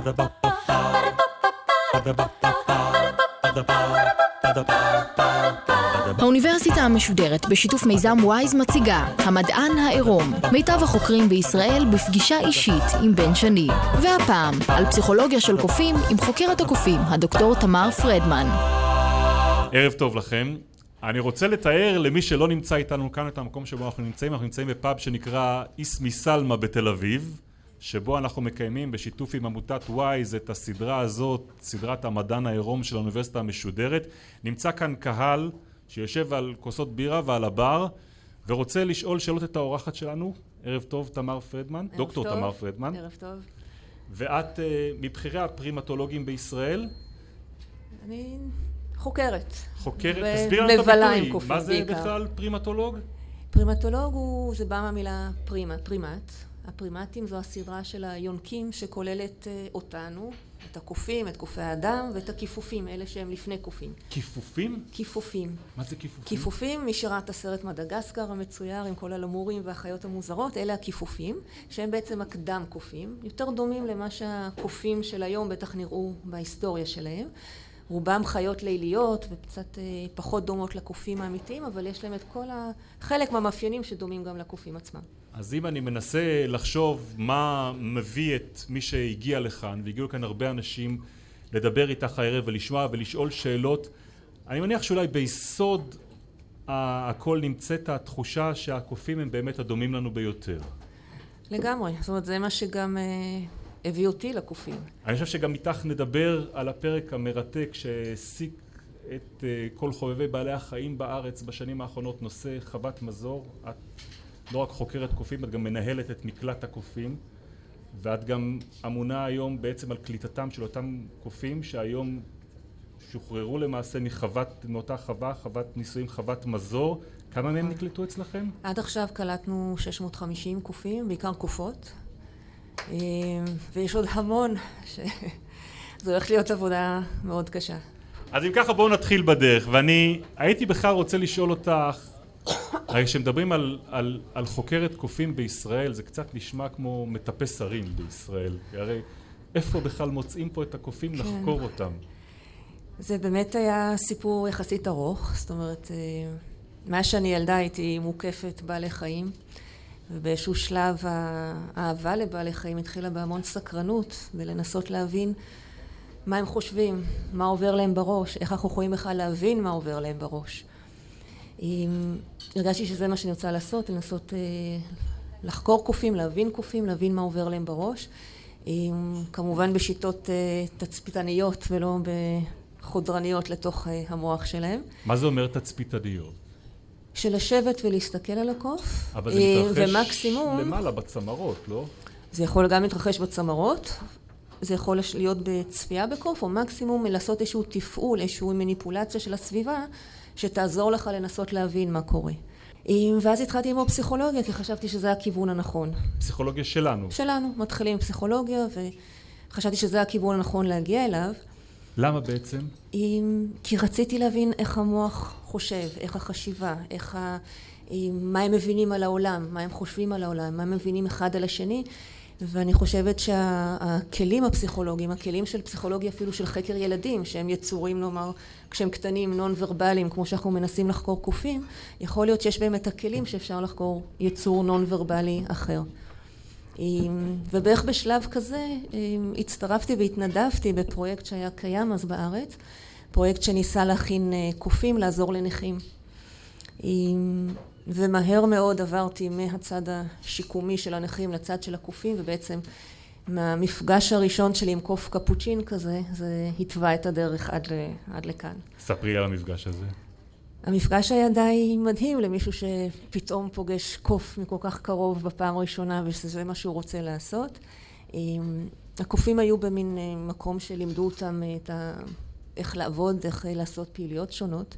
האוניברסיטה המשודרת בשיתוף מיזם וויז מציגה המדען העירום, מיטב החוקרים בישראל בפגישה אישית עם בן שני. והפעם על פסיכולוגיה של קופים עם חוקרת הקופים, הדוקטור תמר פרדמן. ערב טוב לכם. אני רוצה לתאר למי שלא נמצא איתנו כאן את המקום שבו אנחנו נמצאים בפאב שנקרא איסמי סלמה בתל אביב, שבו אנחנו מקיימים בשיתוף עם עמותת וויז את הסדרה הזאת, סדרת המדען העירום של האוניברסיטה המשודרת. נמצא כאן קהל שיושב על כוסות בירה ועל הבר ורוצה לשאול שאלות את האורחת שלנו. ערב טוב, תמר פרדמן, דוקטור תמר פרדמן. ערב טוב. ואת מבחירי הפרימטולוגים בישראל? אני חוקרת. חוקרת? תסביר לנו את הביטוי. מה זה בכלל פרימטולוג? פרימטולוג זה בא מהמילה פרימט. הפרימטים זו הסדרה של היונקים שכוללת אותנו, את הקופים, את קופי האדם ואת הכיפופים, אלה שהם לפני קופים. כיפופים? כיפופים. מה זה כיפופים? כיפופים, מי שראה את הסרט מדגסקר המצויר עם כל הלמורים והחיות המוזרות, אלה הכיפופים, שהם בעצם הקדם קופים, יותר דומים למה שהקופים של היום בטח נראו בהיסטוריה שלהם. רובם חיות ליליות וקצת פחות דומות לקופים האמיתיים, אבל יש להם את כל חלק מהמאפיינים שדומים גם לקופים עצמם. אז אם אני מנסה לחשוב מה מביא את מי שהגיע לכאן, והגיעו לכאן הרבה אנשים לדבר איתך הערב ולשמוע ולשאול שאלות, אני מניח שאולי ביסוד הכל נמצאת התחושה שהקופים הם באמת הדומים לנו ביותר. לגמרי, זאת אומרת זה מה שגם הביא אותי לקופים. אני חושב שגם איתך נדבר על הפרק המרתק שהעסיק את כל חובבי בעלי החיים בארץ בשנים האחרונות, נושא חוות מזור. את לא רק חוקרת קופים, את גם מנהלת את מקלט הקופים, ואת גם אמונה היום בעצם על קליטתם של אותם קופים שהיום שוחררו למעשה מאותה חוות ניסויים, חוות מזור. כמה מהם נקלטו אצלכם? עד עכשיו קלטנו 650 קופים, בעיקר קופות, ויש עוד המון זו הולך להיות עבודה מאוד קשה. אז אם ככה בואו נתחיל בדרך, ואני הייתי בכלל רוצה לשאול אותך, הרי כשמדברים על חוקרת קופים בישראל, זה קצת נשמע כמו מטפס הרים בישראל. הרי איפה בכלל מוצאים פה את הקופים לחקור אותם? זה באמת היה סיפור יחסית ארוך. זאת אומרת, מה שאני ילדה הייתי מוקפת בעלי חיים, ובאיזשהו שלב האהבה לבעלי חיים התחילה בהמון סקרנות, ולנסות להבין מה הם חושבים, מה עובר להם בראש, איך אנחנו יכולים בכלל להבין מה עובר להם בראש. הרגשתי שזה מה שאני רוצה לעשות, לנסות לחקור קופים, להבין מה עובר להם בראש, כמובן בשיטות תצפיתניות ולא בחודרניות לתוך המוח שלהם. מה זה אומר תצפיתניות? של לשבת ולהסתכל על הקוף, אבל זה מתרחש ומקסימום, למעלה בצמרות, לא? זה יכול גם להתרחש בצמרות, זה יכול להיות בצפייה בקוף, או מקסימום לעשות איזשהו תפעול, איזשהו מניפולציה של הסביבה, שתעזור לך לנסות להבין מה קורה. ואז התחלתי עם פסיכולוגיה, כי חשבתי שזה הכיוון הנכון. פסיכולוגיה שלנו? שלנו, מתחילים עם פסיכולוגיה, וחשבתי שזה הכיוון הנכון להגיע אליו. למה בעצם? כי רציתי להבין איך המוח חושב, איך החשיבה, מה הם מבינים על העולם, מה הם חושבים על העולם, מה הם מבינים אחד על השני, ואני חושבת שהכלים הפסיכולוגיים, הכלים של פסיכולוגיה אפילו של חקר ילדים, שהם יצורים, נאמר, כשהם קטנים, נון ורבליים, כמו שאנחנו מנסים לחקור קופים, יכול להיות שיש בהם את הכלים שאפשר לחקור יצור נון ורבלי אחר. ובערך בשלב כזה הצטרפתי והתנדבתי בפרויקט שהיה קיים אז בארץ, פרויקט שניסה להכין קופים לעזור לנכים. ומהר מאוד עברתי מהצד השיקומי של הנכים לצד של הקופים, ובעצם מהמפגש הראשון שלי עם קוף קפוצ'ין כזה, זה התווה את הדרך עד לכאן. ספרי על המפגש הזה. המפגש היה די מדהים למישהו שפתאום פוגש קוף מכל כך קרוב בפעם הראשונה, וזה מה שהוא רוצה לעשות. הקופים היו במין מקום שלימדו אותם איך לעבוד, איך לעשות פעילויות שונות.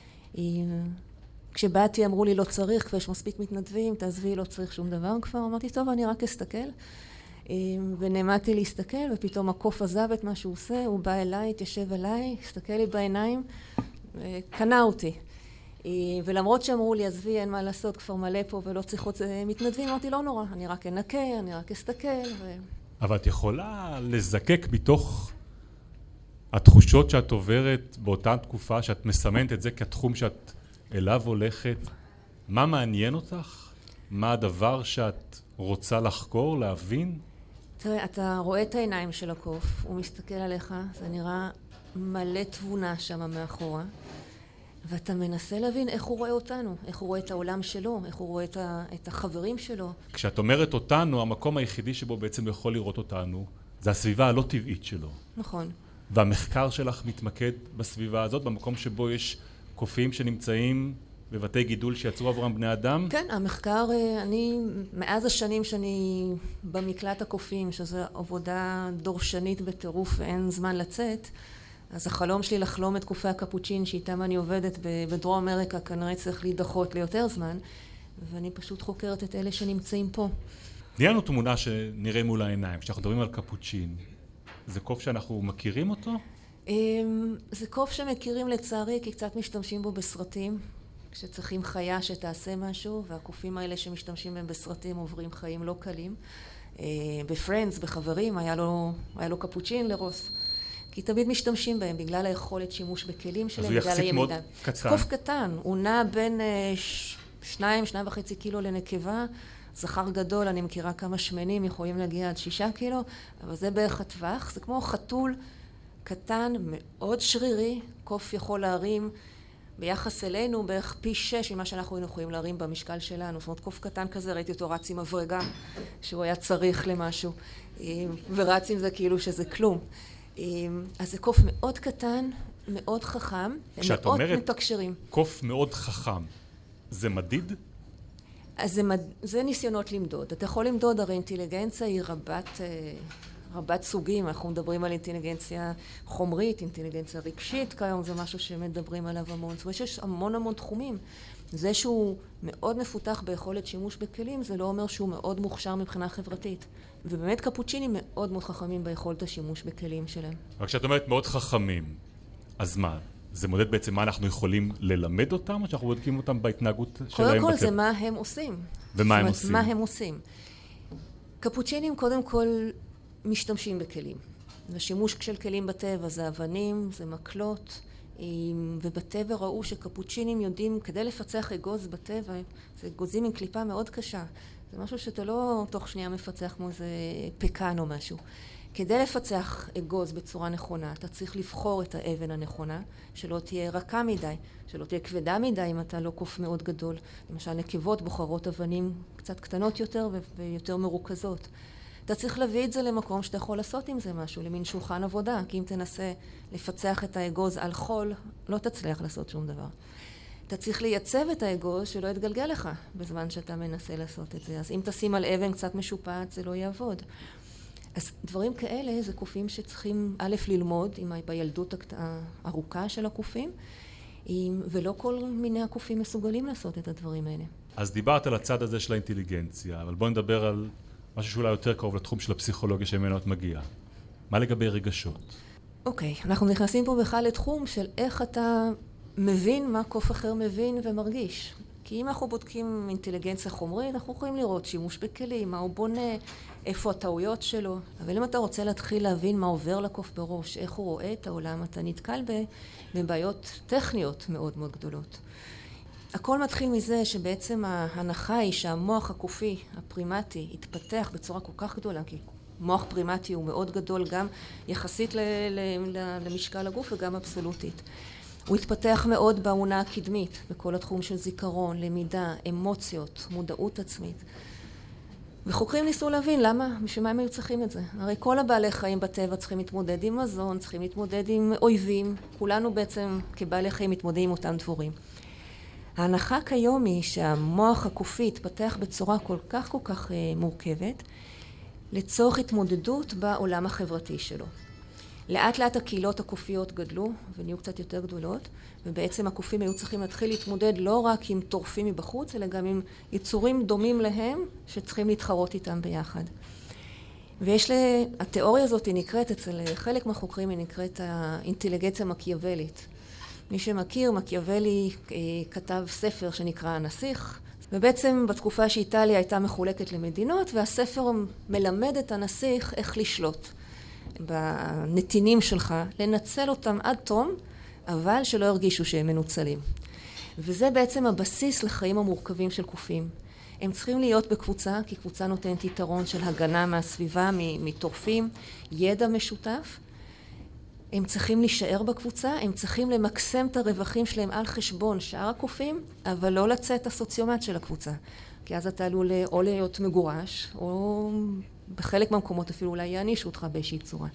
כשבאתי אמרו לי לא צריך, ויש מספיק מתנדבים, תעזבי, לא צריך שום דבר כבר. אמרתי, טוב, אני רק אסתכל. ונעמדתי להסתכל, ופתאום הקוף עזב את מה שהוא עושה, הוא בא אליי, התיישב אליי, הסתכל לי בעיניים, וקנה אותי. ולמרות שאמרו לי, עזבי, אין מה לעשות, כבר מלא פה ולא צריך עוד מתנדבים, אמרתי, לא נורא, אני רק אנקה, אני רק אסתכל, אבל את יכולה לזקק מתוך התחושות שאת עוברת באותה תקופה, שאת מסמנת את זה כתחום שאת אליו הולכת, מה מעניין אותך? מה הדבר שאת רוצה לחקור, להבין? תראה, אתה רואה את העיניים של הקוף, הוא מסתכל עליך, זה נראה מלא תבונה שם מאחורה, ואתה מנסה להבין איך הוא רואה אותנו, איך הוא רואה את העולם שלו, איך הוא רואה את החברים שלו. כשאת אומרת אותנו, המקום היחידי שבו בעצם יכול לראות אותנו, זה הסביבה הלא טבעית שלו. נכון. והמחקר שלך מתמקד בסביבה הזאת, במקום שבו יש קופים שנמצאים בבתי גידול שיצרו עבורם בני אדם? כן, המחקר, מאז השנים שאני במקלט הקופים, שזו עבודה דורשנית בטירוף ואין זמן לצאת, אז החלום שלי לחלום את קופי הקפוצ'ין שאיתם אני עובדת בדרום אמריקה כנראה צריך להידחות ליותר זמן, ואני פשוט חוקרת את אלה שנמצאים פה. תני לנו תמונה שנראה מול העיניים, כשאנחנו מדברים על קפוצ'ין. זה קוף שאנחנו מכירים אותו? זה קוף שמכירים לצערי, כי קצת משתמשים בו בסרטים, כשצריכים חיה שתעשה משהו, והקופים האלה שמשתמשים בהם בסרטים עוברים חיים לא קלים. בפרנדס, בחברים, היה לו קפוצ'ין לרוס. כי תמיד משתמשים בהם בגלל היכולת שימוש בכלים שלהם, בגלל הימידה. אז הוא יחסית מאוד קטן. קוף קטן, הוא נע בין 2.5 קילו לנקבה, זכר גדול, אני מכירה כמה שמנים, יכולים להגיע עד 6 קילו, אבל זה בערך הטווח, זה כמו חתול קטן, מאוד שרירי, קוף יכול להרים ביחס אלינו בערך פי 6 ממה שאנחנו יכולים להרים במשקל שלנו, זאת אומרת קוף קטן כזה, ראיתי אותו רץ עם הברגה, שהוא היה צריך למשהו, ורץ עם זה כאילו שזה כלום. אז זה קוף מאוד קטן, מאוד חכם, כשאת מאוד אומרת מתקשרים. קוף מאוד חכם, זה מדיד? אז זה ניסיונות למדוד. אתה יכול למדוד, הרי אינטליגנציה היא רבת סוגים. אנחנו מדברים על אינטליגנציה חומרית, אינטליגנציה רגשית, כיום זה משהו שמדברים עליו המון. זאת אומרת שיש המון תחומים. זה שהוא מאוד מפותח ביכולת שימוש בכלים, זה לא אומר שהוא מאוד מוכשר מבחינה חברתית. ובאמת קפוצ'ינים מאוד חכמים ביכולת השימוש בכלים שלהם. רק כשאת אומרת מאוד חכמים, אז מה? זה מודד בעצם מה אנחנו יכולים ללמד אותם, או שאנחנו בודקים אותם בהתנהגות שלהם? קודם כל זה מה הם עושים. ומה הם עושים? מה הם עושים. קפוצ'ינים קודם כל משתמשים בכלים. ושימוש של כלים בטבע זה אבנים, זה מקלות, ובטבע ראו שקפוצ'ינים יודעים, כדי לפצח אגוז בטבע, זה אגוזים עם קליפה מאוד קשה. זה משהו שאתה לא תוך שנייה מפצח כמו איזה פקן או משהו. כדי לפצח אגוז בצורה נכונה, אתה צריך לבחור את האבן הנכונה, שלא תהיה רכה מדי, שלא תהיה כבדה מדי אם אתה לא קוף מאוד גדול. למשל, נקבות בוחרות אבנים קצת קטנות יותר ויותר מרוכזות. אתה צריך להביא את זה למקום שאתה יכול לעשות עם זה משהו, למין שולחן עבודה, כי אם תנסה לפצח את האגוז על חול, לא תצליח לעשות שום דבר. אתה צריך לייצב את האגוז שלא יתגלגל לך בזמן שאתה מנסה לעשות את זה. אז אם תשים על אבן קצת משופעת, זה לא יעבוד. אז דברים כאלה זה קופים שצריכים א' ללמוד בילדות הארוכה של הקופים, ולא כל מיני הקופים מסוגלים לעשות את הדברים האלה. אז דיברת על הצד הזה של האינטליגנציה, אבל בואו נדבר על משהו שאולי יותר קרוב לתחום של הפסיכולוגיה שממנו את מגיעה. מה לגבי רגשות? אוקיי, אנחנו נכנסים פה בכלל לתחום של איך אתה מבין מה קוף אחר מבין ומרגיש. כי אם אנחנו בודקים אינטליגנציה חומרית, אנחנו יכולים לראות שימוש בכלים, מה הוא בונה, איפה הטעויות שלו. אבל אם אתה רוצה להתחיל להבין מה עובר לקוף בראש, איך הוא רואה את העולם, אתה נתקל בבעיות טכניות מאוד מאוד גדולות. הכל מתחיל מזה שבעצם ההנחה היא שהמוח הקופי, הפרימטי, התפתח בצורה כל כך גדולה, כי מוח פרימטי הוא מאוד גדול גם יחסית למשקל הגוף וגם אבסולוטית. הוא התפתח מאוד בעונה הקדמית, בכל התחום של זיכרון, למידה, אמוציות, מודעות עצמית. וחוקרים ניסו להבין למה, בשביל מה הם היו צריכים את זה. הרי כל הבעלי חיים בטבע צריכים להתמודד עם מזון, צריכים להתמודד עם אויבים. כולנו בעצם כבעלי חיים מתמודדים עם אותם דבורים. ההנחה כיום היא שהמוח הקופי התפתח בצורה כל כך מורכבת, לצורך התמודדות בעולם החברתי שלו. לאט לאט הקהילות הקופיות גדלו ונהיו קצת יותר גדולות, ובעצם הקופים היו צריכים להתחיל להתמודד לא רק עם טורפים מבחוץ, אלא גם עם יצורים דומים להם שצריכים להתחרות איתם ביחד. התיאוריה הזאת היא נקראת, אצל חלק מהחוקרים היא נקראת האינטליגנציה מקיאוולית. מי שמכיר, מקיאוולי כתב ספר שנקרא הנסיך, ובעצם בתקופה שאיטליה הייתה מחולקת למדינות, והספר מלמד את הנסיך איך לשלוט בנתינים שלך, לנצל אותם עד תום, אבל שלא ירגישו שהם מנוצלים. וזה בעצם הבסיס לחיים המורכבים של קופים. הם צריכים להיות בקבוצה, כי קבוצה נותנת יתרון של הגנה מהסביבה, מטורפים, ידע משותף. הם צריכים להישאר בקבוצה, הם צריכים למקסם את הרווחים שלהם על חשבון שאר הקופים, אבל לא לצאת הסוציומט של הקבוצה. כי אז אתה עלול או להיות מגורש, או בחלק מהמקומות אפילו אולי יענישו אותך באיזושהי צורה.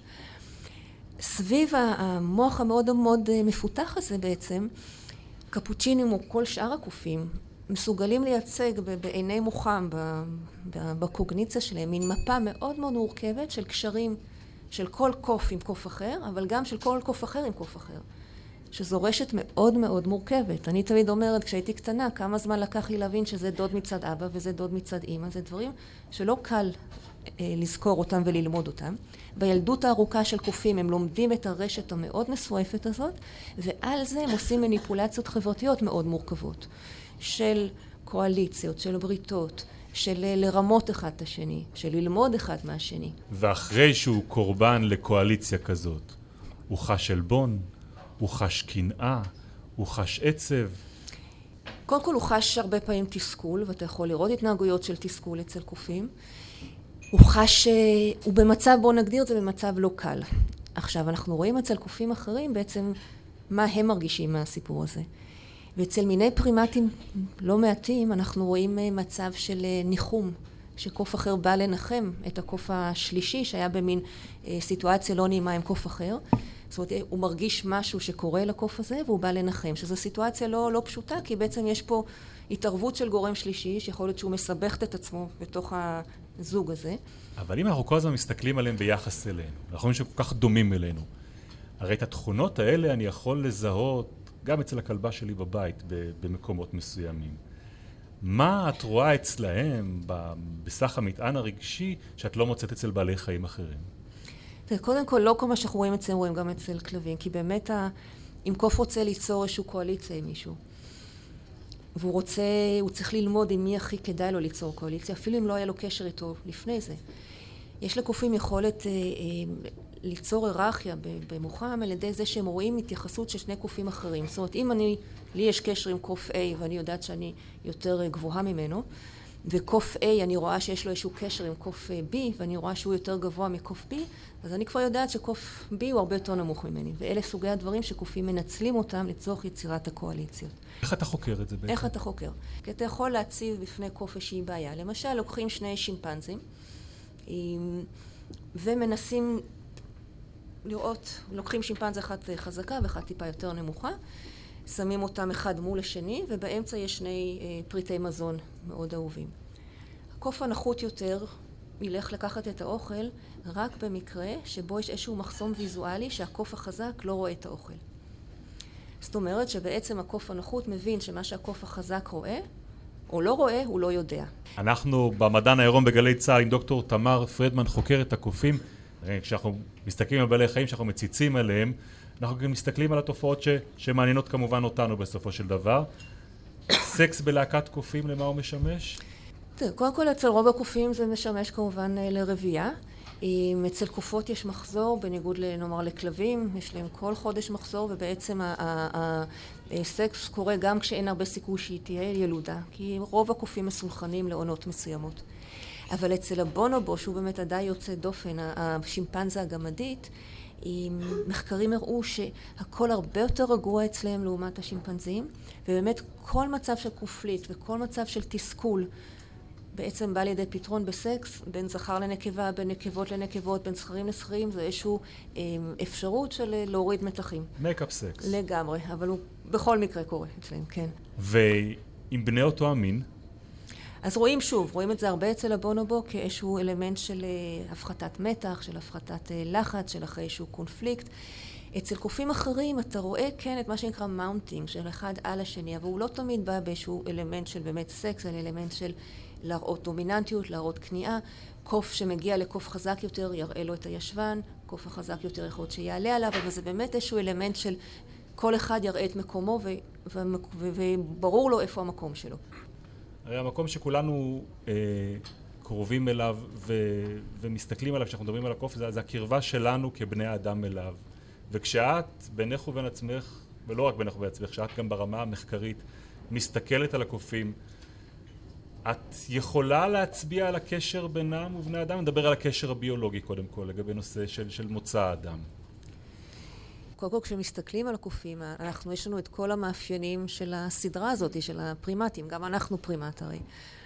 סביב המוח המאוד מאוד מפותח הזה בעצם, קפוצ'ינים או כל שאר הקופים מסוגלים לייצג בעיני מוחם, בקוגניציה שלהם, מין מפה מאוד מאוד מורכבת של קשרים של כל קוף עם קוף אחר, אבל גם של כל קוף אחר עם קוף אחר. שזו רשת מאוד מאוד מורכבת. אני תמיד אומרת, כשהייתי קטנה, כמה זמן לקח לי להבין שזה דוד מצד אבא וזה דוד מצד אמא. זה דברים שלא קל לזכור אותם וללמוד אותם. בילדות הארוכה של קופים הם לומדים את הרשת המאוד מסועפת הזאת, ועל זה הם עושים מניפולציות חברתיות מאוד מורכבות. של קואליציות, של בריתות, של לרמות אחד את השני, של ללמוד אחד מהשני. ואחרי שהוא קורבן לקואליציה כזאת, הוא חש עלבון, הוא חש קנאה, הוא חש עצב. קודם כל הוא חש הרבה פעמים תסכול, ואתה יכול לראות התנהגויות של תסכול אצל קופים. הוא חש, הוא במצב, בוא נגדיר את זה במצב לא קל. עכשיו אנחנו רואים אצל קופים אחרים בעצם מה הם מרגישים מהסיפור הזה. ואצל מיני פרימטים לא מעטים אנחנו רואים מצב של ניחום, שקוף אחר בא לנחם את הקוף השלישי שהיה במין סיטואציה לא נעימה עם קוף אחר. זאת אומרת, הוא מרגיש משהו שקורה לקוף הזה והוא בא לנחם, שזו סיטואציה לא פשוטה, כי בעצם יש פה התערבות של גורם שלישי, שיכול להיות שהוא מסבך את עצמו בתוך הזוג הזה. אבל אם אנחנו כל הזמן מסתכלים עליהם ביחס אלינו, אנחנו רואים שהם כל כך דומים אלינו, הרי את התכונות האלה אני יכול לזהות גם אצל הכלבה שלי בבית, במקומות מסוימים. מה את רואה אצלהם בסך המטען הרגשי שאת לא מוצאת אצל בעלי חיים אחרים? קודם כל, לא כל מה שאנחנו רואים אצלם רואים גם אצל כלבים, כי באמת אם קוף רוצה ליצור איזשהו קואליציה עם מישהו, והוא צריך ללמוד עם מי הכי כדאי לו ליצור קואליציה, אפילו אם לא היה לו קשר איתו לפני זה. יש לקופים יכולת ליצור היררכיה במוחם על ידי זה שהם רואים התייחסות של שני קופים אחרים. זאת אומרת, אם לי יש קשר עם קוף A ואני יודעת שאני יותר גבוהה ממנו, וקוף A אני רואה שיש לו איזשהו קשר עם קוף B ואני רואה שהוא יותר גבוה מקוף B, אז אני כבר יודעת שקוף B הוא הרבה יותר נמוך ממני. ואלה סוגי הדברים שקופים מנצלים אותם לצורך יצירת הקואליציות. איך אתה חוקר את זה בעצם? איך אתה חוקר? כי אתה יכול להציב בפני קוף איזושהי בעיה. למשל, לוקחים שני שימפנזים ומנסים לראות, לוקחים שימפנזה אחת חזקה ואחת טיפה יותר נמוכה, שמים אותם אחד מול השני, ובאמצע יש שני פריטי מזון מאוד אהובים. הקוף הנחות יותר ילך לקחת את האוכל רק במקרה שבו יש איזשהו מחסום ויזואלי שהקוף החזק לא רואה את האוכל. זאת אומרת שבעצם הקוף הנחות מבין שמה שהקוף החזק רואה, או לא רואה, הוא לא יודע. אנחנו במדען העירום בגלי צה"ל עם דוקטור תמר פרדמן חוקר את הקופים. כשאנחנו מסתכלים על בעלי חיים, כשאנחנו מציצים עליהם, אנחנו גם מסתכלים על התופעות שמעניינות כמובן אותנו בסופו של דבר. סקס בלהקת קופים, למה הוא משמש? קודם כל, אצל רוב הקופים זה משמש כמובן לרבייה. אצל קופות יש מחזור, בניגוד נאמר לכלבים, יש להם כל חודש מחזור, ובעצם הסקס קורה גם כשאין הרבה סיכוי שהיא תהיה ילודה, כי רוב הקופים מסונכנים לעונות מסוימות. אבל אצל הבונובו, שהוא באמת עדיין יוצא דופן, השימפנזה הגמדית, מחקרים הראו שהכל הרבה יותר רגוע אצלם לעומת השימפנזים, ובאמת כל מצב של קונפליקט וכל מצב של תסכול בעצם בא לידי פתרון בסקס, בין זכר לנקבה, בין נקבות לנקבות, בין זכרים לזכרים, זה איזושהי אפשרות של להוריד מתחים. מייקאפ סקס. לגמרי, אבל הוא בכל מקרה קורה אצלם, כן. ועם בני אותו המין? אז רואים את זה הרבה אצל הבונובו כאיזשהו אלמנט של הפחתת מתח, של הפחתת לחץ, של אחרי איזשהו קונפליקט. אצל קופים אחרים אתה רואה כן את מה שנקרא מאונטינג, של אחד על השני, אבל הוא לא תמיד בא באיזשהו אלמנט של באמת סקס, אלא אלמנט של להראות דומיננטיות, להראות כניעה. קוף שמגיע לקוף חזק יותר יראה לו את הישבן, קוף החזק יותר יכול להיות שיעלה עליו, אבל זה באמת איזשהו אלמנט של כל אחד יראה את מקומו וברור לו איפה המקום שלו. הרי המקום שכולנו קרובים אליו ומסתכלים עליו, כשאנחנו מדברים על הקוף, זה הקרבה שלנו כבני האדם אליו. וכשאת, בינך ובין עצמך, ולא רק בינך ובין עצמך, כשאת גם ברמה המחקרית, מסתכלת על הקופים, את יכולה להצביע על הקשר בינם ובני אדם? נדבר על הקשר הביולוגי קודם כל, לגבי נושא של מוצא האדם. קודם כל, כשמסתכלים על הקופים, יש לנו את כל המאפיינים של הסדרה הזאת, של הפרימטים. גם אנחנו פרימט הרי.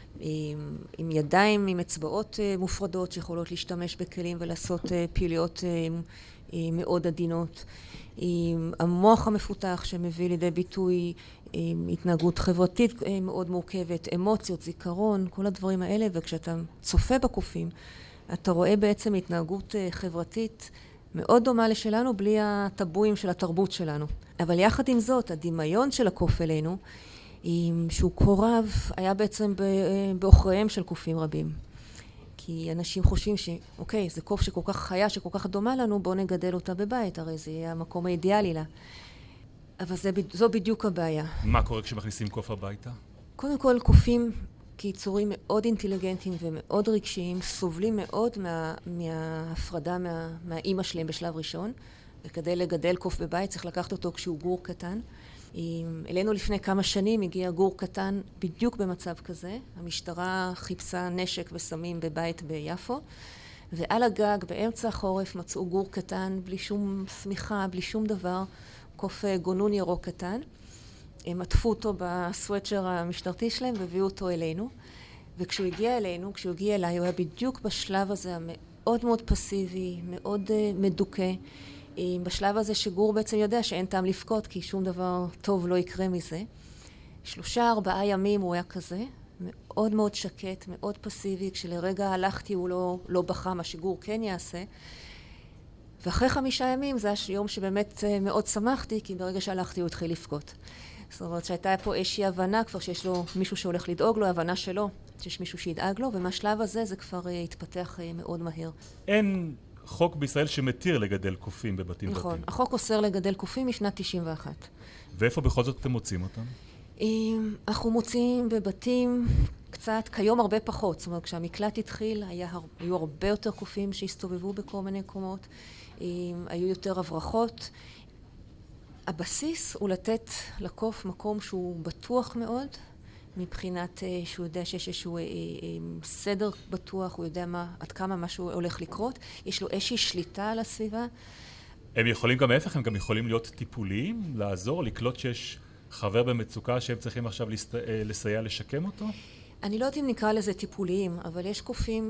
עם ידיים, עם אצבעות מופרדות שיכולות להשתמש בכלים ולעשות פעילויות מאוד עדינות. עם המוח המפותח שמביא לידי ביטוי התנהגות חברתית מאוד מורכבת, אמוציות, זיכרון, כל הדברים האלה. וכשאתה צופה בקופים, אתה רואה בעצם התנהגות חברתית מאוד דומה לשלנו, בלי הטבועים של התרבות שלנו. אבל יחד עם זאת, הדמיון של הקוף אלינו, שהוא קורב, היה בעצם באוכריהם של קופים רבים. כי אנשים חושבים שאוקיי, זה קוף שכל כך חיה, שכל כך דומה לנו, בואו נגדל אותה בבית, הרי זה יהיה המקום האידיאלי לה. אבל זו בדיוק הבעיה. מה קורה כשמכניסים קוף הביתה? קודם כל, קופים כיצורים מאוד אינטליגנטיים ומאוד רגשיים, סובלים מאוד מההפרדה מהאימא שלהם בשלב ראשון, וכדי לגדל קוף בבית צריך לקחת אותו כשהוא גור קטן. אלינו לפני כמה שנים הגיע גור קטן בדיוק במצב כזה. המשטרה חיפשה נשק וסמים בבית ביפו, ועל הגג באמצע החורף מצאו גור קטן בלי שום סמיכה, בלי שום דבר, קוף גונון ירוק קטן. הם עטפו אותו בסוואצ'ר המשטרתי שלהם והביאו אותו אלינו. וכשהוא הגיע אלינו, כשהוא הגיע אליי, הוא היה בדיוק בשלב הזה המאוד מאוד פסיבי, מאוד מדוכא. בשלב הזה שגור בעצם יודע שאין טעם לפקוד, כי שום דבר טוב לא יקרה מזה. 3-4 ימים הוא היה כזה, מאוד מאוד שקט, מאוד פסיבי. כשלרגע הלכתי הוא לא בכה, מה שגור כן יעשה. ואחרי 5 ימים זה היה יום שבאמת מאוד שמחתי, כי ברגע שהלכתי הוא התחיל לפקוד. זאת אומרת שהייתה פה איזושהי הבנה כבר שיש לו מישהו שהולך לדאוג לו, הבנה שלו, שיש מישהו שידאג לו, ומהשלב הזה זה כבר התפתח מאוד מהר. אין חוק בישראל שמתיר לגדל קופים בבתים פרטיים. נכון, החוק אוסר לגדל קופים משנת 91. ואיפה בכל זאת אתם מוצאים אותם? אנחנו מוצאים בבתים קצת, כיום הרבה פחות. זאת אומרת, כשהמקלט התחיל, היו הרבה יותר קופים שהסתובבו בכל מיני מקומות, היו יותר הברחות. הבסיס הוא לתת לקוף מקום שהוא בטוח מאוד, מבחינת שהוא יודע שיש איזשהו סדר בטוח, הוא יודע עד כמה משהו הולך לקרות, יש לו איזושהי שליטה על הסביבה. הם יכולים גם ההפך, הם גם יכולים להיות טיפוליים, לעזור, לקלוט שיש חבר במצוקה שהם צריכים עכשיו לסייע לשקם אותו? אני לא יודעת אם נקרא לזה טיפוליים, אבל יש קופים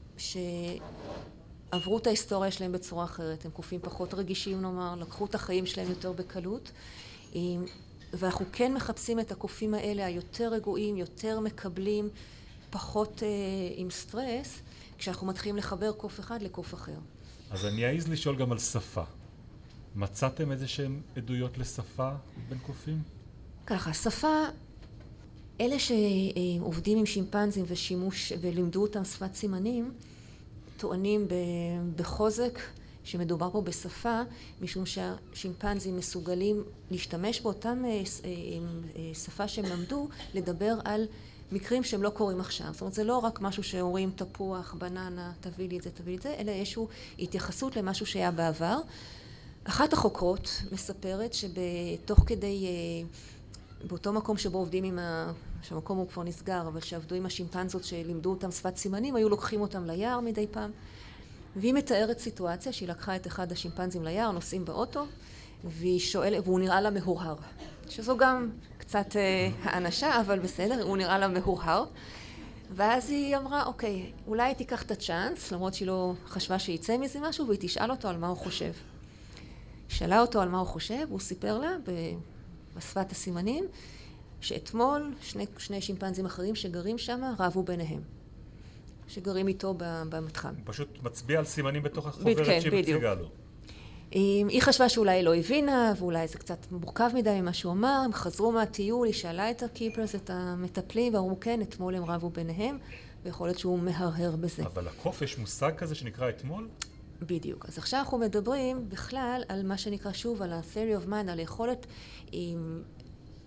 שעברו את ההיסטוריה שלהם בצורה אחרת. הם קופים פחות רגישים, נאמר, לקחו את החיים שלהם יותר בקלות. ואנחנו כן מחפשים את הקופים האלה, היותר רגועים, יותר מקבלים, פחות עם סטרס, כשאנחנו מתחילים לחבר קוף אחד לקוף אחר. אז אני אעז לשאול גם על שפה. מצאתם איזה שהם עדויות לשפה בין קופים? ככה, שפה, אלה שעובדים עם שימפנזים ולימדו אותם שפת סימנים, טוענים בחוזק שמדובר פה בשפה, משום שהשימפנזים מסוגלים להשתמש באותם שפה שהם למדו, לדבר על מקרים שהם לא קורים עכשיו. זאת אומרת, זה לא רק משהו שאומרים תפוח, בננה, תביא לי את זה, תביא לי את זה, אלא איזושהי התייחסות למשהו שהיה בעבר. אחת החוקרות מספרת שבתוך כדי, באותו מקום שבו עובדים שהמקום הוא כבר נסגר, אבל שעבדו עם השימפנזות שלימדו אותם שפת סימנים, היו לוקחים אותם ליער מדי פעם. והיא מתארת סיטואציה שהיא לקחה את אחד השימפנזים ליער, נוסעים באוטו, והוא נראה לה מהורהר. שזו גם קצת האנשה, אבל בסדר, הוא נראה לה מהורהר. ואז היא אמרה, אוקיי, אולי תיקח את הצ'אנס, למרות שהיא לא חשבה שיצא מזה משהו, והיא תשאל אותו על מה הוא חושב. שאלה אותו על מה הוא חושב, הוא סיפר לה בשפת הסימנים, שאתמול שני שימפנזים אחרים שגרים שם רבו ביניהם. שגרים איתו במתחם. פשוט מצביע על סימנים בתוך החוברת שהיא מציגה לו. היא חשבה שאולי לא הבינה, ואולי זה קצת מורכב מדי ממה שהוא אמר. הם חזרו מהטיול, היא שאלה את הקיפרס, את המטפלים, ואמרו כן, אתמול הם רבו ביניהם, ויכול להיות שהוא מהרהר בזה. אבל לקוף יש מושג כזה שנקרא אתמול? בדיוק. אז עכשיו אנחנו מדברים בכלל על מה שנקרא שוב, על ה-theory of mind, על היכולת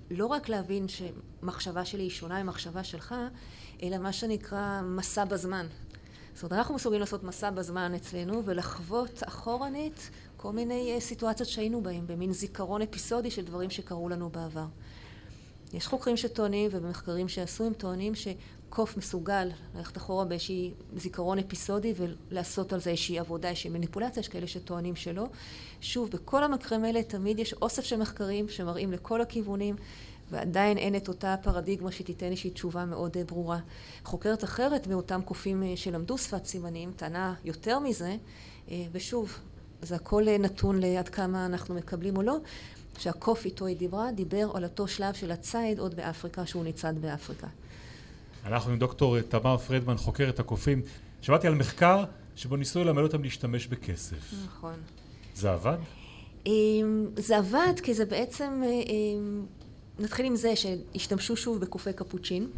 לא רק להבין שמחשבה שלי היא שונה ממחשבה שלך, אלא מה שנקרא מסע בזמן. זאת אומרת, אנחנו מסוגלים לעשות מסע בזמן אצלנו ולחוות אחורנית כל מיני סיטואציות שהיינו בהם, במין זיכרון אפיסודי של דברים שקרו לנו בעבר. יש חוקרים שטוענים, ובמחקרים שעשו הם טוענים, שקוף מסוגל ללכת אחורה באיזושהי זיכרון אפיסודי ולעשות על זה איזושהי עבודה, איזושהי מניפולציה, יש כאלה שטוענים שלא. שוב, בכל המקרים האלה תמיד יש אוסף של מחקרים שמראים לכל הכיוונים, ועדיין אין את אותה פרדיגמה שתיתן איזושהי תשובה מאוד ברורה. חוקרת אחרת מאותם קופים שלמדו שפת סימנים, טענה יותר מזה, ושוב, זה הכל נתון לעד כמה אנחנו מקבלים או לא, שהקוף איתו היא דיבר על אותו שלב של הציד עוד באפריקה, שהוא ניצד באפריקה. אנחנו עם דוקטור תמר פרדמן, חוקרת הקופים. שמעתי על מחקר שבו ניסו ללמד אותם להשתמש בכסף. נכון. זה עבד? זה עבד כי זה בעצם, נתחיל עם זה שהשתמשו שוב בקופי קפוצ'ין,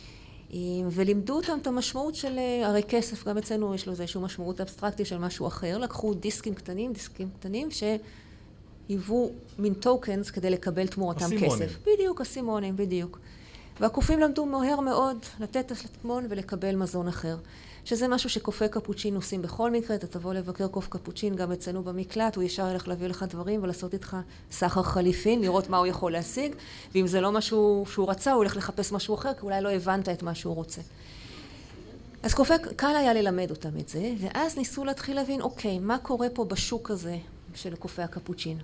ולימדו אותם את המשמעות של, הרי כסף, גם אצלנו יש לו איזושהי משמעות אבסטרקטית של משהו אחר, לקחו דיסקים קטנים שהיוו מין טוקנס כדי לקבל תמורתם כסף. בדיוק, אסימונים, בדיוק. והקופים למדו מהר מאוד לתת אסימון ולקבל מזון אחר. שזה משהו שקופי קפוצ'ין עושים בכל מקרה, אתה תבוא לבקר קוף קפוצ'ין גם אצלנו במקלט, הוא ישר ילך להביא לך דברים ולעשות איתך סחר חליפין, לראות מה הוא יכול להשיג, ואם זה לא משהו שהוא רצה, הוא ילך לחפש משהו אחר, כי אולי לא הבנת את מה שהוא רוצה. אז קל היה ללמד אותם את זה, ואז ניסו להתחיל להבין, אוקיי, מה קורה פה בשוק הזה של קופי הקפוצ'ין?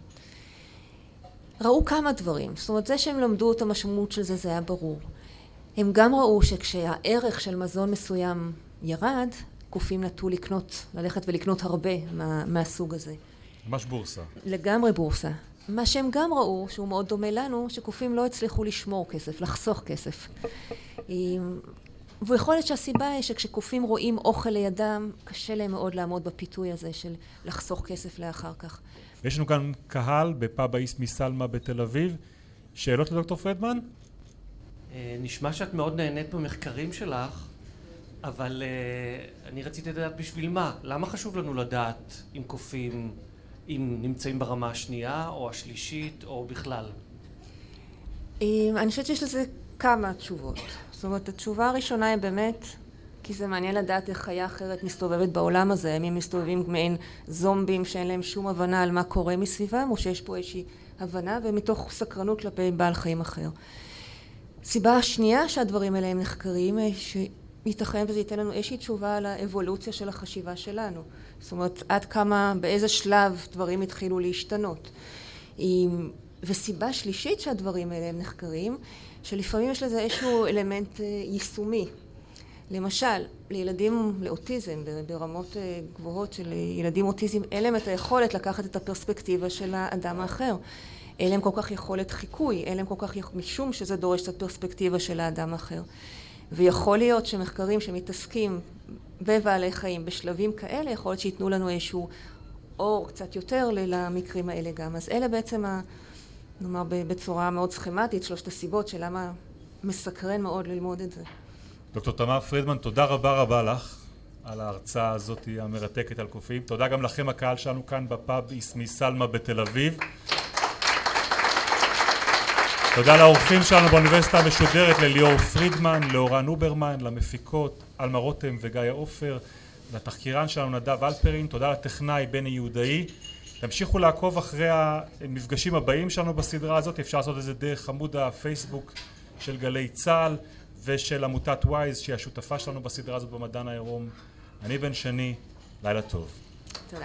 ראו כמה דברים, זאת אומרת, זה שהם למדו את המשמעות של זה, זה היה ברור. הם גם ראו שכשהערך של מזון מסוים ירד, קופים נטו ללכת ולקנות הרבה מהסוג הזה. ממש בורסה. לגמרי בורסה. מה שהם גם ראו, שהוא מאוד דומה לנו, שקופים לא הצליחו לשמור כסף, לחסוך כסף. ויכול להיות שהסיבה היא שכשקופים רואים אוכל לידם, קשה להם מאוד לעמוד בפיתוי הזה של לחסוך כסף לאחר כך. יש לנו כאן קהל בפאב האיסמי סלמה בתל אביב. שאלות לדוקטור פרדמן? נשמע שאת מאוד נהנית במחקרים שלך, אבל אני רציתי לדעת בשביל מה. למה חשוב לנו לדעת אם קופים, אם נמצאים ברמה השנייה או השלישית או בכלל? אני חושבת שיש לזה כמה תשובות. זאת אומרת, התשובה הראשונה היא באמת, כי זה מעניין לדעת איך חיה אחרת מסתובבת בעולם הזה, הם מסתובבים מעין זומבים שאין להם שום הבנה על מה קורה מסביבם, או שיש פה איזושהי הבנה ומתוך סקרנות כלפי בעל חיים אחר. סיבה השנייה שהדברים האלה הם נחקרים, ייתכן וזה ייתן לנו איזושהי תשובה על האבולוציה של החשיבה שלנו. זאת אומרת, עד כמה, באיזה שלב דברים התחילו להשתנות. וסיבה שלישית שהדברים האלה הם נחקרים, שלפעמים יש לזה איזשהו אלמנט יישומי. למשל, לילדים לאוטיזם, ברמות גבוהות של ילדים אוטיזם, אין להם את היכולת לקחת את הפרספקטיבה של האדם האחר. אין להם כל כך יכולת חיקוי, אין להם כל כך משום שזה דורש את הפרספקטיבה של האדם האחר. ויכול להיות שמחקרים שמתעסקים בבעלי חיים בשלבים כאלה, יכול להיות שיתנו לנו איזשהו אור קצת יותר למקרים האלה גם. אז אלה בעצם, נאמר בצורה מאוד סכמטית, שלושת הסיבות של למה מסקרן מאוד ללמוד את זה. דוקטור תמר פרדמן, תודה רבה לך על ההרצאה הזאת המרתקת על קופים. תודה גם לכם הקהל שלנו כאן בפאב איסמי סלמה בתל אביב. תודה לאורחים שלנו באוניברסיטה המשודרת, לליאור פרידמן, לאורן אוברמן, למפיקות אלמה רותם וגיא עופר, לתחקירן שלנו נדב אלפרין. תודה לטכנאי בני יהודאי. תמשיכו לעקוב אחרי המפגשים הבאים שלנו בסדרה הזאת, אפשר לעשות את זה דרך עמוד הפייסבוק של גלי צה"ל ושל עמותת וויז שהיא השותפה שלנו בסדרה הזאת במדען העירום. אני בן שני, לילה טוב. תודה.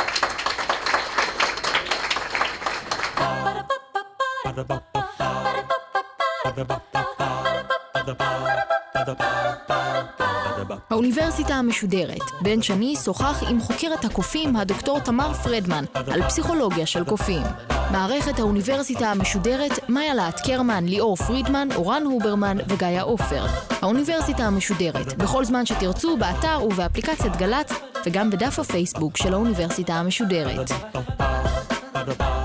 האוניברסיטה המשודרת. בן שני שוחח עם חוקרת הקופים הדוקטור תמר פרדמן על פסיכולוגיה של קופים. מערכת האוניברסיטה המשודרת, מאיה להט קרמן, ליאור פרידמן, אורן הוברמן וגיא עופר. האוניברסיטה המשודרת, בכל זמן שתרצו, באתר ובאפליקציית גל"צ וגם בדף הפייסבוק של האוניברסיטה המשודרת.